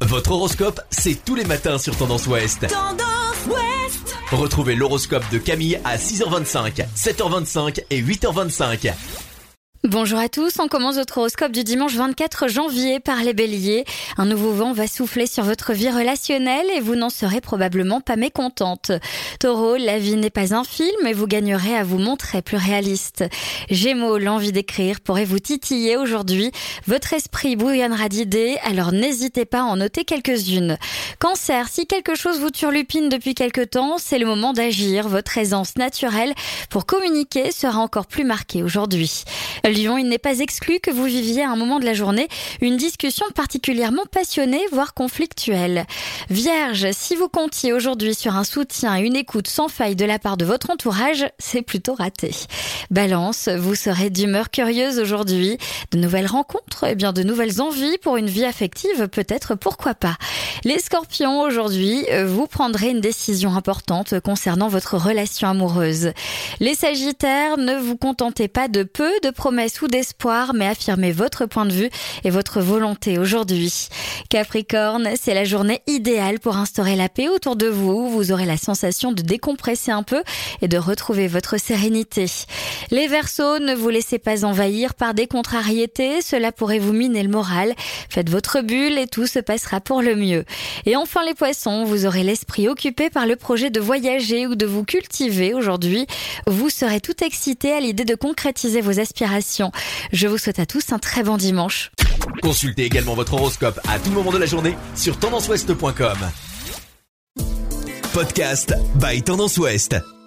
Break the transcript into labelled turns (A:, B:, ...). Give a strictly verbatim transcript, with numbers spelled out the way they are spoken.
A: Votre horoscope, c'est tous les matins sur Tendance Ouest.
B: Tendance Ouest.
A: Retrouvez l'horoscope de Camille à six heures vingt-cinq, sept heures vingt-cinq et huit heures vingt-cinq.
C: Bonjour à tous, on commence votre horoscope du dimanche vingt-quatre janvier par les béliers. Un nouveau vent va souffler sur votre vie relationnelle et vous n'en serez probablement pas mécontente. Taureau, la vie n'est pas un film et vous gagnerez à vous montrer plus réaliste. Gémeaux, l'envie d'écrire pourrait vous titiller aujourd'hui. Votre esprit bouillonnera d'idées, alors n'hésitez pas à en noter quelques-unes. Cancer, si quelque chose vous turlupine depuis quelque temps, c'est le moment d'agir. Votre aisance naturelle pour communiquer sera encore plus marquée aujourd'hui. Lion, il n'est pas exclu que vous viviez à un moment de la journée une discussion particulièrement passionnée, voire conflictuelle. Vierge, si vous comptiez aujourd'hui sur un soutien et une écoute sans faille de la part de votre entourage, c'est plutôt raté. Balance, vous serez d'humeur curieuse aujourd'hui. De nouvelles rencontres, et bien de nouvelles envies pour une vie affective, peut-être, pourquoi pas. Les Scorpions, aujourd'hui, vous prendrez une décision importante concernant votre relation amoureuse. Les Sagittaires, ne vous contentez pas de peu de promesses ou d'espoir, mais affirmez votre point de vue et votre volonté aujourd'hui. Capricorne, c'est la journée idéale pour instaurer la paix autour de vous. Vous aurez la sensation de décompresser un peu et de retrouver votre sérénité. Les Verseaux, ne vous laissez pas envahir par des contrariétés, cela pourrait vous miner le moral. Faites votre bulle et tout se passera pour le mieux. Et enfin les Poissons, vous aurez l'esprit occupé par le projet de voyager ou de vous cultiver aujourd'hui. Vous serez tout excité à l'idée de concrétiser vos aspirations. Je vous souhaite à tous un très bon dimanche.
A: Consultez également votre horoscope à tout moment de la journée sur tendance ouest point com. Podcast by Tendance Ouest.